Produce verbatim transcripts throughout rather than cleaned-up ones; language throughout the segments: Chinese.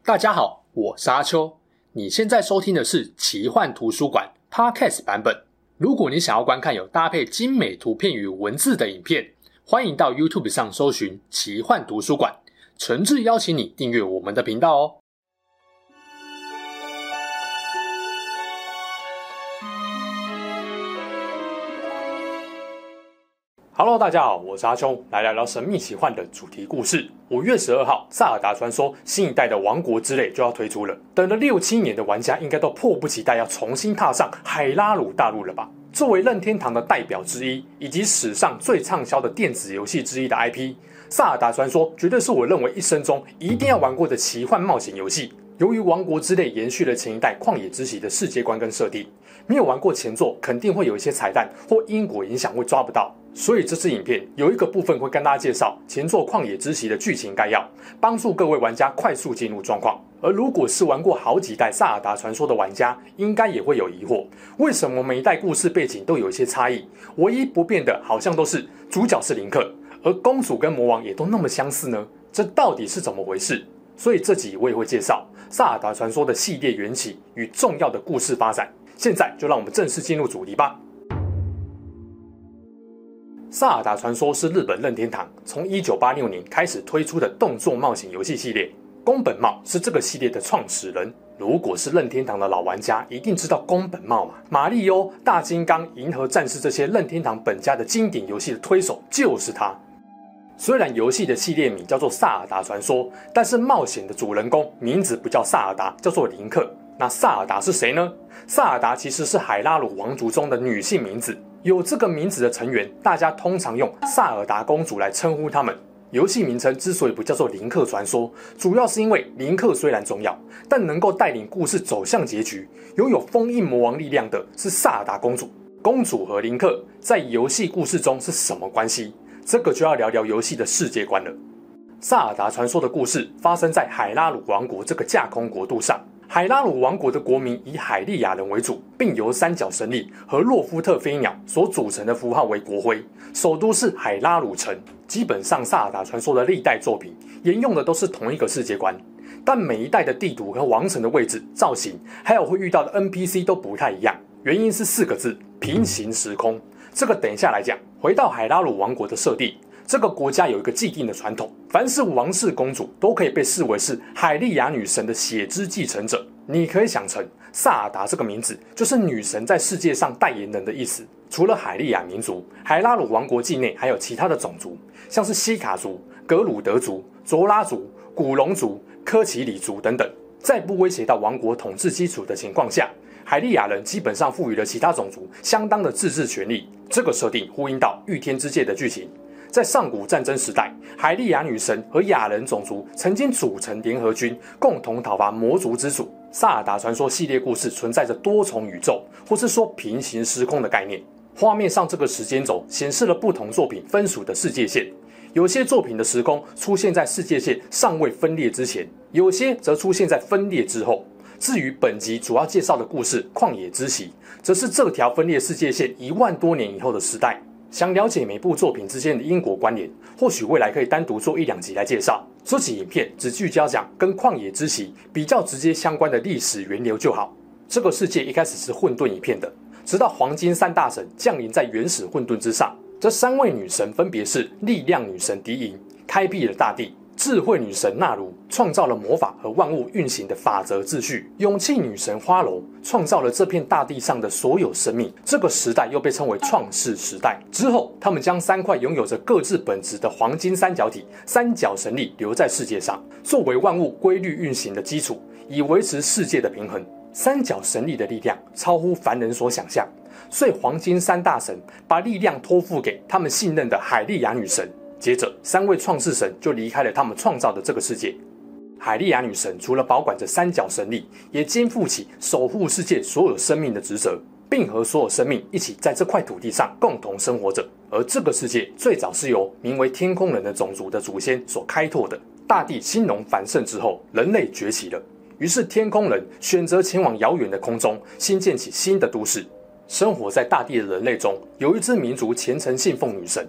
大家好，我是阿秋。你现在收听的是奇幻图书馆 Podcast 版本。如果你想要观看有搭配精美图片与文字的影片，欢迎到 YouTube 上搜寻奇幻图书馆，诚挚邀请你订阅我们的频道哦。Hello， 大家好，我是阿秋，来聊聊神秘奇幻的主题故事。五月十二号，萨尔达传说新一代的王国之泪就要推出了，等了六七年的玩家应该都迫不及待要重新踏上海拉鲁大陆了吧？作为任天堂的代表之一，以及史上最畅销的电子游戏之一的 I P， 萨尔达传说绝对是我认为一生中一定要玩过的奇幻冒险游戏。由于王国之泪延续了前一代旷野之息的世界观跟设定，没有玩过前作肯定会有一些彩蛋或因果影响会抓不到，所以这支影片有一个部分会跟大家介绍前作旷野之息的剧情概要，帮助各位玩家快速进入状况。而如果是玩过好几代萨尔达传说的玩家，应该也会有疑惑，为什么每一代故事背景都有一些差异，唯一不变的好像都是主角是林克，而公主跟魔王也都那么相似呢？这到底是怎么回事？所以这集我也会介绍萨尔达传说的系列缘起与重要的故事发展。现在就让我们正式进入主题吧。萨尔达传说是日本任天堂从一九八六年开始推出的动作冒险游戏系列，宫本茂是这个系列的创始人。如果是任天堂的老玩家，一定知道宫本茂嘛，马里欧、大金刚、银河战士这些任天堂本家的经典游戏的推手就是他。虽然游戏的系列名叫做萨尔达传说，但是冒险的主人公名字不叫萨尔达，叫做林克。那萨尔达是谁呢？萨尔达其实是海拉鲁王族中的女性名字，有这个名字的成员，大家通常用萨尔达公主来称呼他们。游戏名称之所以不叫做林克传说，主要是因为林克虽然重要，但能够带领故事走向结局，拥有封印魔王力量的是萨尔达公主。公主和林克在游戏故事中是什么关系？这个就要聊聊游戏的世界观了。萨尔达传说的故事发生在海拉鲁王国这个架空国度上。海拉鲁王国的国民以海利亚人为主，并由三角神力和洛夫特飞鸟所组成的符号为国徽，首都是海拉鲁城。基本上萨尔达传说的历代作品沿用的都是同一个世界观，但每一代的地图和王城的位置、造型，还有会遇到的 N P C 都不太一样，原因是四个字：平行时空。这个等一下来讲。回到海拉鲁王国的设定，这个国家有一个既定的传统，凡是王室公主都可以被视为是海利亚女神的血之继承者。你可以想成萨尔达这个名字就是女神在世界上代言人的意思。除了海利亚民族，海拉鲁王国境内还有其他的种族，像是西卡族、格鲁德族、卓拉族、古龙族、科奇里族等等。在不威胁到王国统治基础的情况下，海利亚人基本上赋予了其他种族相当的自治权利。这个设定呼应到御天之界的剧情。在上古战争时代，海利亚女神和亚人种族曾经组成联合军，共同讨伐魔族之主。萨尔达传说系列故事存在着多重宇宙，或是说平行时空的概念。画面上这个时间轴显示了不同作品分属的世界线，有些作品的时空出现在世界线尚未分裂之前，有些则出现在分裂之后。至于本集主要介绍的故事《旷野之息》，则是这条分裂世界线一万多年以后的时代。想了解每部作品之间的因果关联，或许未来可以单独做一两集来介绍。这集影片只聚焦讲跟《旷野之息》比较直接相关的历史源流就好。这个世界一开始是混沌一片的，直到黄金三大神降临在原始混沌之上。这三位女神分别是力量女神迪银，开辟了大地；智慧女神纳茹创造了魔法和万物运行的法则秩序；勇气女神花柔创造了这片大地上的所有生命。这个时代又被称为创世时代。之后，他们将三块拥有着各自本质的黄金三角体三角神力留在世界上，作为万物规律运行的基础，以维持世界的平衡。三角神力的力量超乎凡人所想象，所以黄金三大神把力量托付给他们信任的海利亚女神。接着，三位创世神就离开了他们创造的这个世界。海利亚女神除了保管着三角神力，也肩负起守护世界所有生命的职责，并和所有生命一起在这块土地上共同生活着。而这个世界最早是由名为天空人的种族的祖先所开拓的。大地兴隆繁盛之后，人类崛起了，于是天空人选择前往遥远的空中，新建起新的都市。生活在大地的人类中，有一支民族虔诚信奉女神，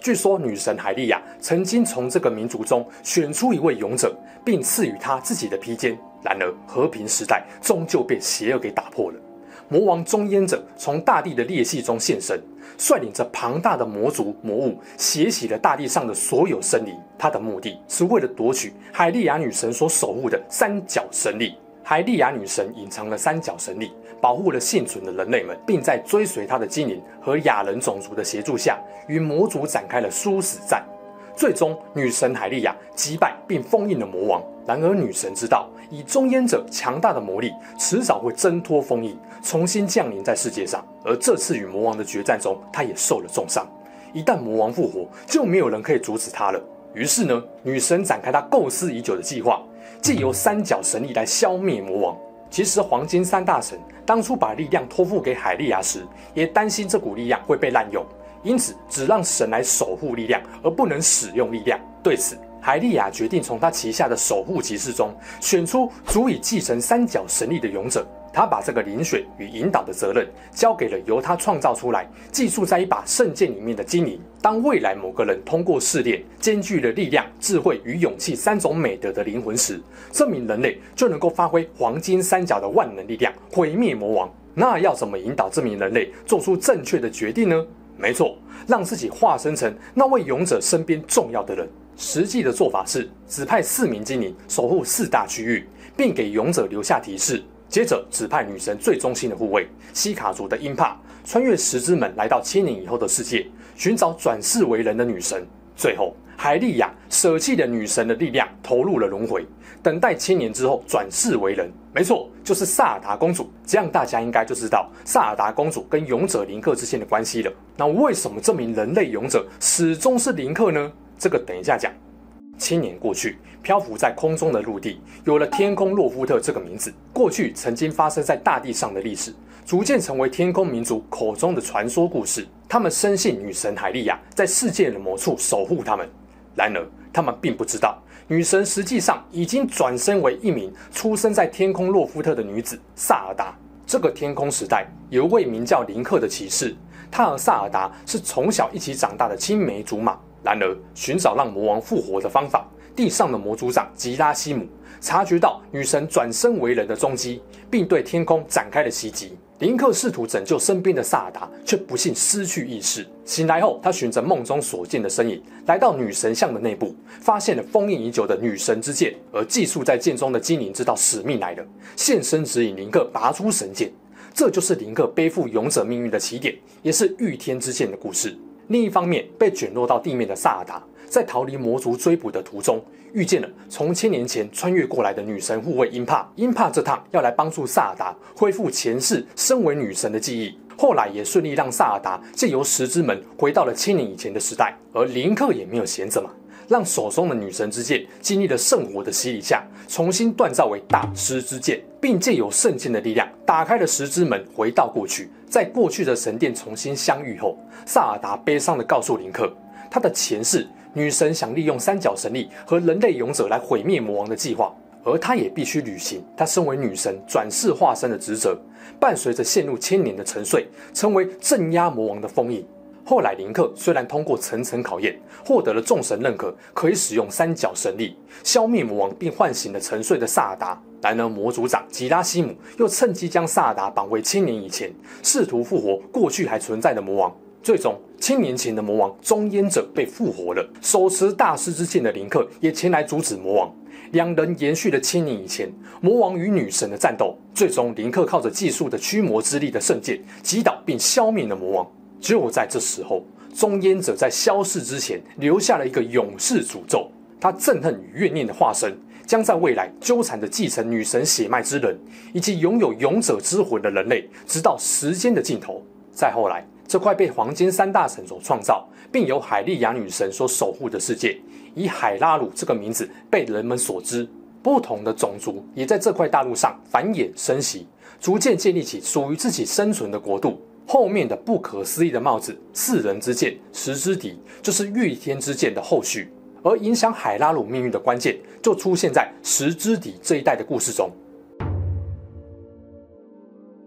据说女神海莉亚曾经从这个民族中选出一位勇者，并赐予他自己的披肩。然而和平时代终究被邪恶给打破了。魔王中焉者从大地的裂隙中现身，率领着庞大的魔族魔物，血洗了大地上的所有生灵。他的目的是为了夺取海莉亚女神所守护的三角神力。海莉亚女神隐藏了三角神力，保护了幸存的人类们，并在追随她的精灵和亚人种族的协助下，与魔族展开了殊死战。最终，女神海莉亚击败并封印了魔王。然而，女神知道，以中焉者强大的魔力，迟早会挣脱封印，重新降临在世界上。而这次与魔王的决战中，她也受了重伤。一旦魔王复活，就没有人可以阻止他了。于是呢，女神展开她构思已久的计划，借由三角神力来消灭魔王。其实，黄金三大神当初把力量托付给海莉亚时，也担心这股力量会被滥用，因此只让神来守护力量，而不能使用力量。对此，海莉亚决定从他旗下的守护骑士中选出足以继承三角神力的勇者。他把这个遴选与引导的责任交给了由他创造出来、寄宿在一把圣剑里面的精灵。当未来某个人通过试炼，兼具了力量、智慧与勇气三种美德的灵魂时，这名人类就能够发挥黄金三角的万能力量，毁灭魔王。那要怎么引导这名人类做出正确的决定呢？没错，让自己化身成那位勇者身边重要的人。实际的做法是指派四名精灵守护四大区域，并给勇者留下提示。接着指派女神最忠心的护卫西卡族的英帕穿越十之门，来到千年以后的世界，寻找转世为人的女神。最后，海莉亚舍弃了女神的力量，投入了轮回，等待千年之后转世为人。没错，就是萨尔达公主。这样大家应该就知道萨尔达公主跟勇者林克之间的关系了。那为什么这名人类勇者始终是林克呢？这个等一下讲。千年过去，漂浮在空中的陆地有了天空洛夫特这个名字。过去曾经发生在大地上的历史，逐渐成为天空民族口中的传说故事。他们深信女神海莉亚在世界的某处守护他们。然而，他们并不知道，女神实际上已经转身为一名出生在天空洛夫特的女子萨尔达。这个天空时代，有一位名叫林克的骑士，他和萨尔达是从小一起长大的青梅竹马。然而，寻找让魔王复活的方法，地上的魔族长吉拉西姆察觉到女神转身为人的踪迹，并对天空展开了袭击。林克试图拯救身边的萨尔达，却不幸失去意识。醒来后，他循着梦中所见的身影，来到女神像的内部，发现了封印已久的女神之剑。而寄宿在剑中的精灵知道使命来了，现身指引林克拔出神剑。这就是林克背负勇者命运的起点，也是御天之剑的故事。另一方面，被卷落到地面的萨尔达，在逃离魔族追捕的途中，遇见了从千年前穿越过来的女神护卫英帕。英帕这趟要来帮助萨尔达恢复前世身为女神的记忆，后来也顺利让萨尔达借由十之门回到了千年以前的时代。而林克也没有闲着嘛，让手中的女神之剑经历了圣火的洗礼下，重新锻造为大师之剑，并借由圣剑的力量打开了十之门，回到过去。在过去的神殿重新相遇后，萨尔达悲伤地告诉林克，他的前世女神想利用三角神力和人类勇者来毁灭魔王的计划，而他也必须履行他身为女神转世化身的职责，伴随着陷入千年的沉睡，成为镇压魔王的封印。后来林克虽然通过层层考验，获得了众神认可，可以使用三角神力消灭魔王，并唤醒了沉睡的萨尔达。然而魔族长吉拉西姆又趁机将萨尔达绑回千年以前，试图复活过去还存在的魔王。最终，千年前的魔王中焉者被复活了，手持大师之剑的林克也前来阻止魔王。两人延续了千年以前魔王与女神的战斗，最终林克靠着技术的驱魔之力的圣剑击倒并消灭了魔王。就在这时候，中焉者在消逝之前留下了一个永世诅咒，他憎恨与怨念的化身将在未来纠缠着继承女神血脉之人以及拥有勇者之魂的人类，直到时间的尽头。再后来，这块被黄金三大神所创造并由海莉亚女神所守护的世界，以海拉鲁这个名字被人们所知。不同的种族也在这块大陆上繁衍生息，逐渐建立起属于自己生存的国度。后面的不可思议的帽子四人之剑十之敌，就是御天之剑的后续。而影响海拉鲁命运的关键就出现在十之敌这一代的故事中。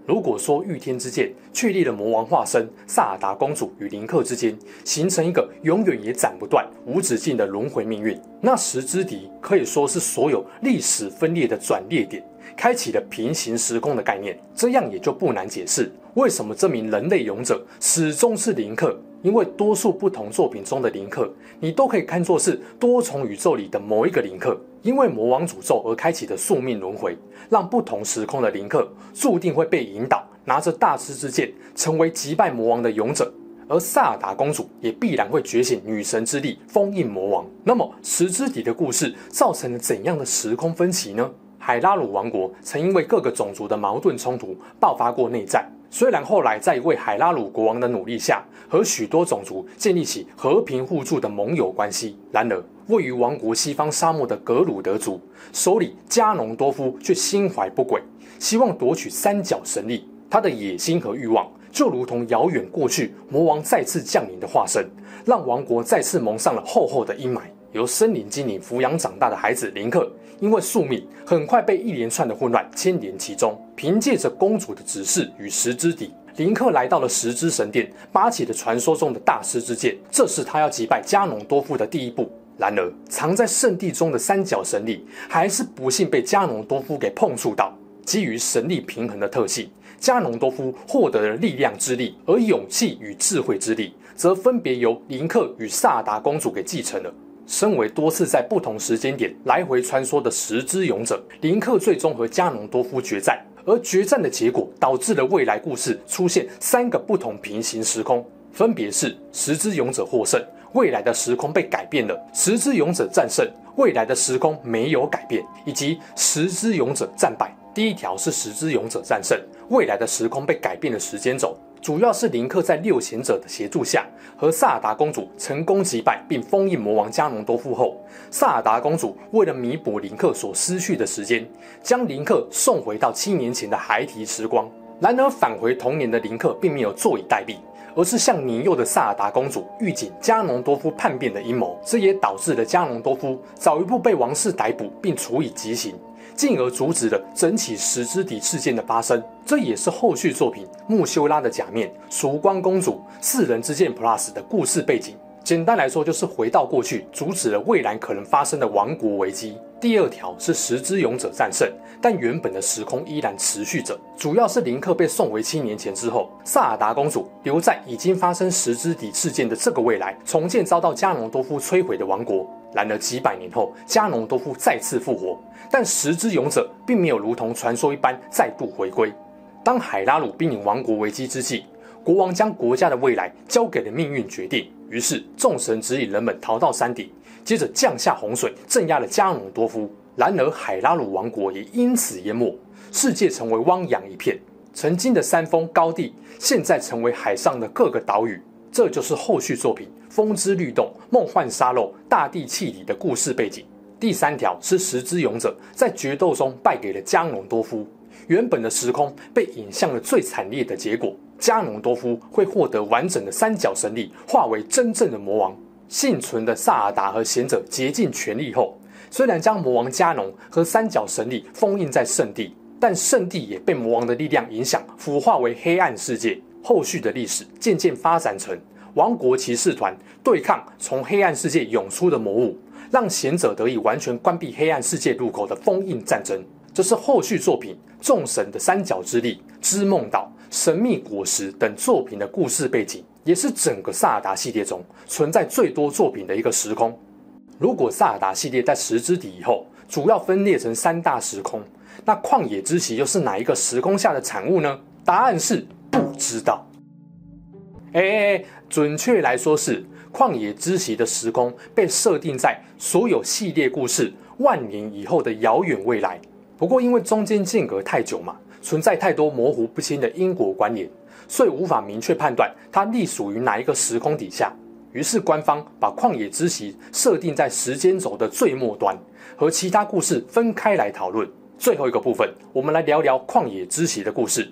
如果说御天之剑确立了魔王化身萨尔达公主与林克之间形成一个永远也斩不断、无止境的轮回命运，那石之笛可以说是所有历史分裂的转捩点，开启了平行时空的概念。这样也就不难解释为什么这名人类勇者始终是林克，因为多数不同作品中的林克，你都可以看作是多重宇宙里的某一个林克。因为魔王诅咒而开启的宿命轮回，让不同时空的林克注定会被引导，拿着大师之剑成为击败魔王的勇者，而萨尔达公主也必然会觉醒女神之力，封印魔王。那么石之笛的故事造成了怎样的时空分歧呢？海拉鲁王国曾因为各个种族的矛盾冲突爆发过内战，虽然后来在一位海拉鲁国王的努力下，和许多种族建立起和平互助的盟友关系，然而位于王国西方沙漠的格鲁德族首领加农多夫却心怀不轨，希望夺取三角神力。他的野心和欲望就如同遥远过去魔王再次降临的化身，让王国再次蒙上了厚厚的阴霾。由森林精灵抚养长大的孩子林克，因为宿命很快被一连串的混乱牵连其中。凭借着公主的指示与石之笛，林克来到了石之神殿，拔起了传说中的大师之剑，这是他要击败加农多夫的第一步。然而藏在圣地中的三角神力还是不幸被加农多夫给碰触到。基于神力平衡的特性，加农多夫获得了力量之力，而勇气与智慧之力则分别由林克与萨尔达公主给继承了。身为多次在不同时间点来回穿梭的石之勇者，林克最终和加农多夫决战，而决战的结果导致了未来故事出现三个不同平行时空，分别是石之勇者获胜，未来的时空被改变了；石之勇者战胜，未来的时空没有改变；以及石之勇者战败。第一条是石之勇者战胜，未来的时空被改变了时间轴，主要是林克在六贤者的协助下，和萨尔达公主成功击败并封印魔王加农多夫后，萨尔达公主为了弥补林克所失去的时间，将林克送回到七年前的孩提时光。然而返回童年的林克并没有坐以待毙，而是向年幼的萨尔达公主预警加农多夫叛变的阴谋，这也导致了加农多夫早一步被王室逮捕并处以极刑，进而阻止了整起石之笛事件的发生。这也是后续作品穆修拉的假面、曙光公主、四人之剑 Plus 的故事背景。简单来说，就是回到过去，阻止了未来可能发生的王国危机。第二条是石之勇者战胜，但原本的时空依然持续着，主要是林克被送回七年前之后，萨尔达公主留在已经发生石之笛事件的这个未来，重建遭到加农多夫摧毁的王国。然而几百年后，加农多夫再次复活，但石之勇者并没有如同传说一般再度回归。当海拉鲁濒临王国危机之际，国王将国家的未来交给了命运决定，于是众神指引人们逃到山顶，接着降下洪水，镇压了加农多夫。然而海拉鲁王国也因此淹没，世界成为汪洋一片。曾经的山峰高地，现在成为海上的各个岛屿。这就是后续作品《风之律动》《梦幻沙漏》《大地气里》的故事背景。第三条是石之勇者在决斗中败给了加农多夫，原本的时空被引向了最惨烈的结果，加农多夫会获得完整的三角神力，化为真正的魔王。幸存的萨尔达和贤者竭尽全力后，虽然将魔王加农和三角神力封印在圣地，但圣地也被魔王的力量影响，腐化为黑暗世界。后续的历史渐渐发展成王国骑士团对抗从黑暗世界涌出的魔物，让贤者得以完全关闭黑暗世界入口的封印战争。这是后续作品众神的三角之力、织梦岛、神秘果实等作品的故事背景，也是整个萨尔达系列中存在最多作品的一个时空。如果萨尔达系列在石之笛以后主要分裂成三大时空，那旷野之息又是哪一个时空下的产物呢？答案是不知道。哎哎哎，准确来说是旷野之息的时空被设定在所有系列故事万年以后的遥远未来。不过因为中间间隔太久嘛，存在太多模糊不清的因果关联，所以无法明确判断它隶属于哪一个时空底下。于是官方把旷野之息设定在时间轴的最末端，和其他故事分开来讨论。最后一个部分，我们来聊聊旷野之息的故事。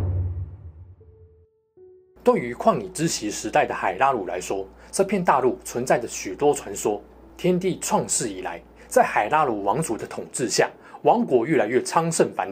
对于旷野之息时代的海拉鲁来说，这片大陆存在着许多传说。天地创世以来，在海拉鲁王族的统治下，王国越来越昌盛繁荣。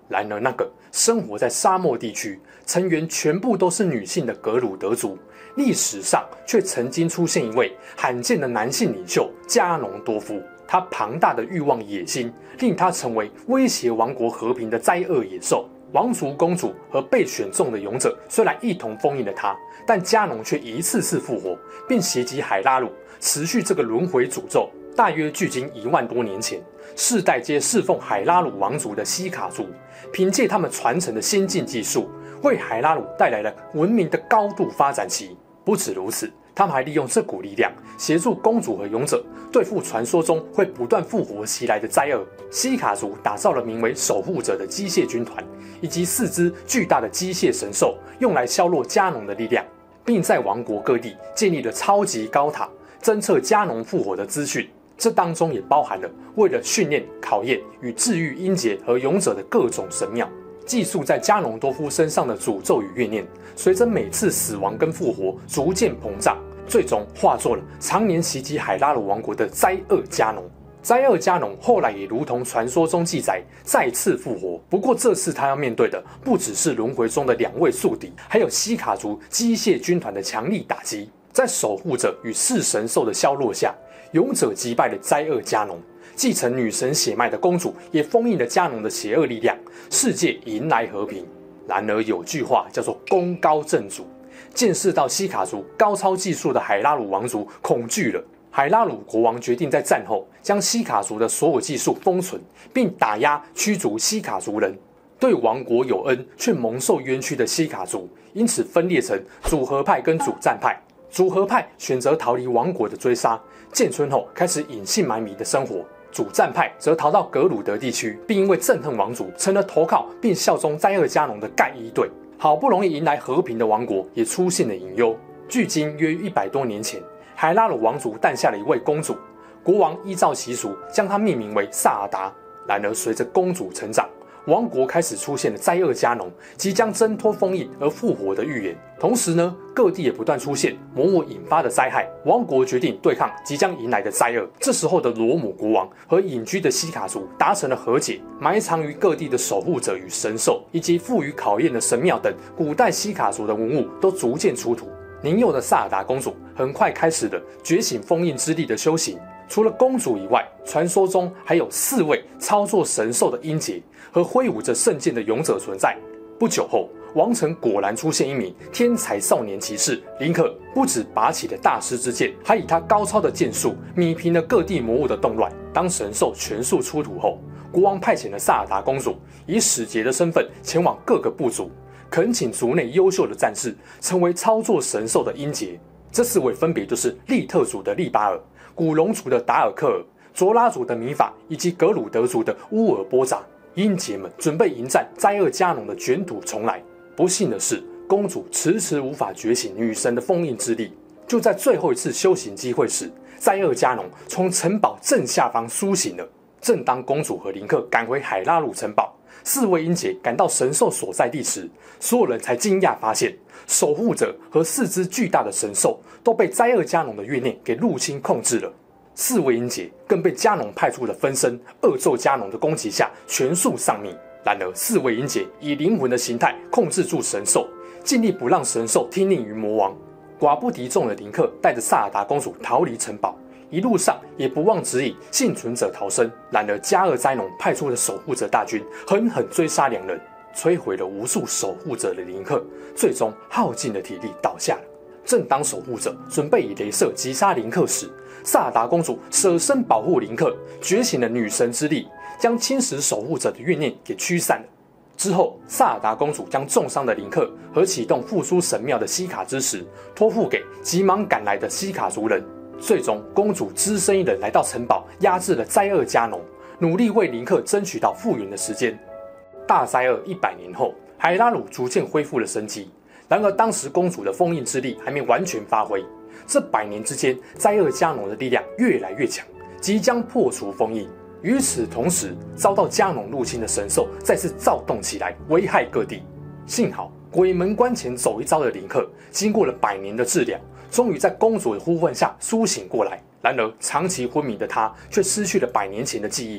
然而，那个生活在沙漠地区、成员全部都是女性的格鲁德族，历史上却曾经出现一位罕见的男性领袖加农多夫。他庞大的欲望野心，令他成为威胁王国和平的灾厄野兽。王族公主和被选中的勇者虽然一同封印了他，但加农却一次次复活，并袭击海拉鲁，持续这个轮回诅咒。大约距今一万多年前，世代皆侍奉海拉鲁王族的西卡族，凭借他们传承的先进技术，为海拉鲁带来了文明的高度发展期。不止如此，他们还利用这股力量，协助公主和勇者对付传说中会不断复活袭来的灾厄。西卡族打造了名为守护者的机械军团，以及四只巨大的机械神兽，用来削弱加农的力量，并在王国各地建立了超级高塔，侦测加农复活的资讯。这当中也包含了为了训练、考验与治愈阴杰和勇者的各种神庙。寄宿在加农多夫身上的诅咒与怨念，随着每次死亡跟复活逐渐膨胀，最终化作了常年袭击海拉鲁王国的灾厄加农。灾厄加农后来也如同传说中记载，再次复活。不过这次他要面对的不只是轮回中的两位宿敌，还有西卡族机械军团的强力打击。在守护者与弑神兽的削弱下，勇者击败了灾厄加农，继承女神血脉的公主也封印了加农的邪恶力量，世界迎来和平。然而有句话叫做功高震主，见识到西卡族高超技术的海拉鲁王族恐惧了。海拉鲁国王决定在战后将西卡族的所有技术封存，并打压驱逐西卡族人。对王国有恩却蒙受冤屈的西卡族，因此分裂成主和派跟主战派。主和派选择逃离王国的追杀，建村后开始隐姓埋名的生活。主战派则逃到格鲁德地区，并因为憎恨王族，成了投靠并效忠灾厄加农的盖伊队。好不容易迎来和平的王国也出现了隐忧。距今约一百多年前，海拉鲁王族诞下了一位公主，国王依照习俗将她命名为萨尔达。然而随着公主成长，王国开始出现了灾厄加农即将挣脱封印而复活的预言。同时呢，各地也不断出现魔物引发的灾害，王国决定对抗即将迎来的灾厄。这时候的罗姆国王和隐居的西卡族达成了和解，埋藏于各地的守护者与神兽，以及赋予考验的神庙等古代西卡族的文物都逐渐出土。年幼的萨尔达公主很快开始了觉醒封印之力的修行。除了公主以外，传说中还有四位操作神兽的阴杰和挥舞着圣剑的勇者存在。不久后，王城果然出现一名天才少年骑士林克，不止拔起了大师之剑，还以他高超的剑术弭平了各地魔物的动乱。当神兽全数出土后，国王派遣了萨尔达公主以使节的身份前往各个部族，恳请族内优秀的战士成为操作神兽的阴杰。这四位分别就是利特族的利巴尔、古龙族的达尔克尔、卓拉族的米法以及格鲁德族的乌尔波扎。阴杰们准备迎战灾厄加农的卷土重来。不幸的是，公主迟迟无法觉醒女神的封印之力。就在最后一次修行机会时，灾厄加农从城堡正下方苏醒了。正当公主和林克赶回海拉鲁城堡，四位阴杰赶到神兽所在地时，所有人才惊讶发现，守护者和四只巨大的神兽都被灾厄加农的怨念给入侵控制了。四位阴杰更被加农派出的分身恶咒加农的攻击下全数丧命。然而四位阴杰以灵魂的形态控制住神兽，尽力不让神兽听令于魔王。寡不敌众的林克带着萨尔达公主逃离城堡，一路上也不忘指引幸存者逃生。然而加厄灾农派出的守护者大军狠狠追杀两人，摧毁了无数守护者的林克最终耗尽了体力倒下了。正当守护者准备以雷射击杀林克时，萨尔达公主舍身保护林克，觉醒了女神之力，将侵蚀守护者的怨念给驱散了。之后，萨尔达公主将重伤的林克和启动复苏神庙的西卡之石托付给急忙赶来的西卡族人。最终，公主只身一人来到城堡，压制了灾厄加农，努力为林克争取到复原的时间。大灾厄一百年后，海拉鲁逐渐恢复了生机。然而，当时公主的封印之力还没完全发挥。这百年之间，灾厄加农的力量越来越强，即将破除封印。与此同时，遭到加农入侵的神兽再次躁动起来，危害各地。幸好鬼门关前走一遭的林克，经过了百年的治疗，终于在公主的呼唤下苏醒过来。然而，长期昏迷的他却失去了百年前的记忆。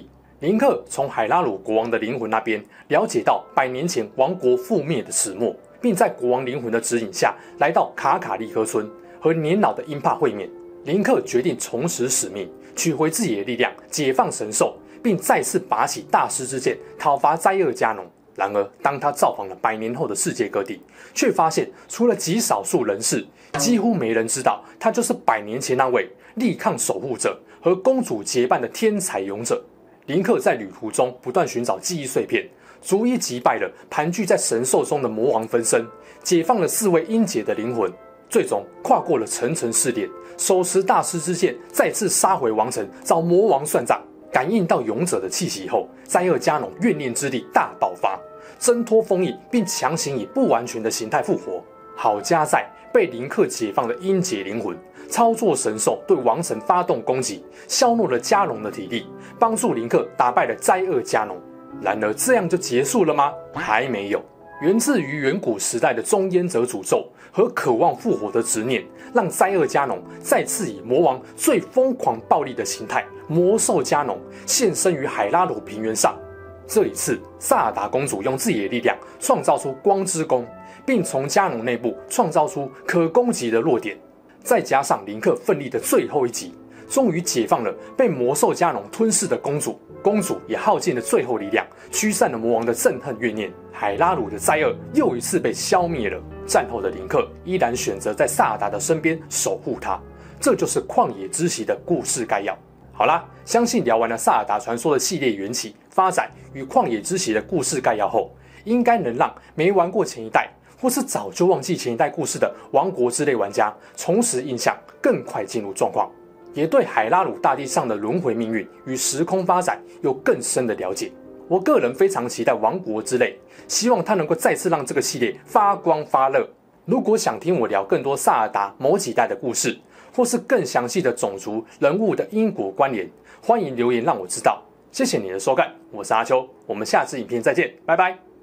林克从海拉鲁国王的灵魂那边了解到百年前王国覆灭的始末，并在国王灵魂的指引下来到卡卡利科村和年老的英帕会面。林克决定重拾使命，取回自己的力量，解放神兽，并再次拔起大师之剑讨伐灾厄加农。然而，当他造访了百年后的世界各地，却发现除了极少数人士，几乎没人知道他就是百年前那位力抗守护者和公主结伴的天才勇者。林克在旅途中不断寻找记忆碎片，逐一击败了盘踞在神兽中的魔王分身，解放了四位英杰的灵魂，最终跨过了层层试炼，手持大师之剑，再次杀回王城找魔王算账。感应到勇者的气息后，灾厄加农怨念之力大爆发，挣脱封印，并强行以不完全的形态复活。好加在被林克解放的英杰灵魂操作神兽对王城发动攻击，消弱了加农的体力，帮助林克打败了灾厄加农。然而这样就结束了吗？还没有。源自于远古时代的中烟者诅咒和渴望复活的执念，让灾厄加农再次以魔王最疯狂暴力的形态魔兽加农现身于海拉鲁平原上。这一次，萨尔达公主用自己的力量创造出光之弓，并从加农内部创造出可攻击的弱点，再加上林克奋力的最后一击，终于解放了被魔兽加农吞噬的公主。公主也耗尽了最后力量，驱散了魔王的憎恨怨念。海拉鲁的灾厄又一次被消灭了。战后的林克依然选择在萨尔达的身边守护他。这就是旷野之息的故事概要。好啦，相信聊完了萨尔达传说的系列缘起、发展与旷野之息的故事概要后，应该能让没玩过前一代或是早就忘记前一代故事的王国之类玩家重拾印象，更快进入状况，也对海拉鲁大地上的轮回命运与时空发展有更深的了解。我个人非常期待王国之泪，希望它能够再次让这个系列发光发热。如果想听我聊更多萨尔达某几代的故事，或是更详细的种族人物的因果关联，欢迎留言让我知道。谢谢你的收看，我是阿秋，我们下支影片再见，拜拜。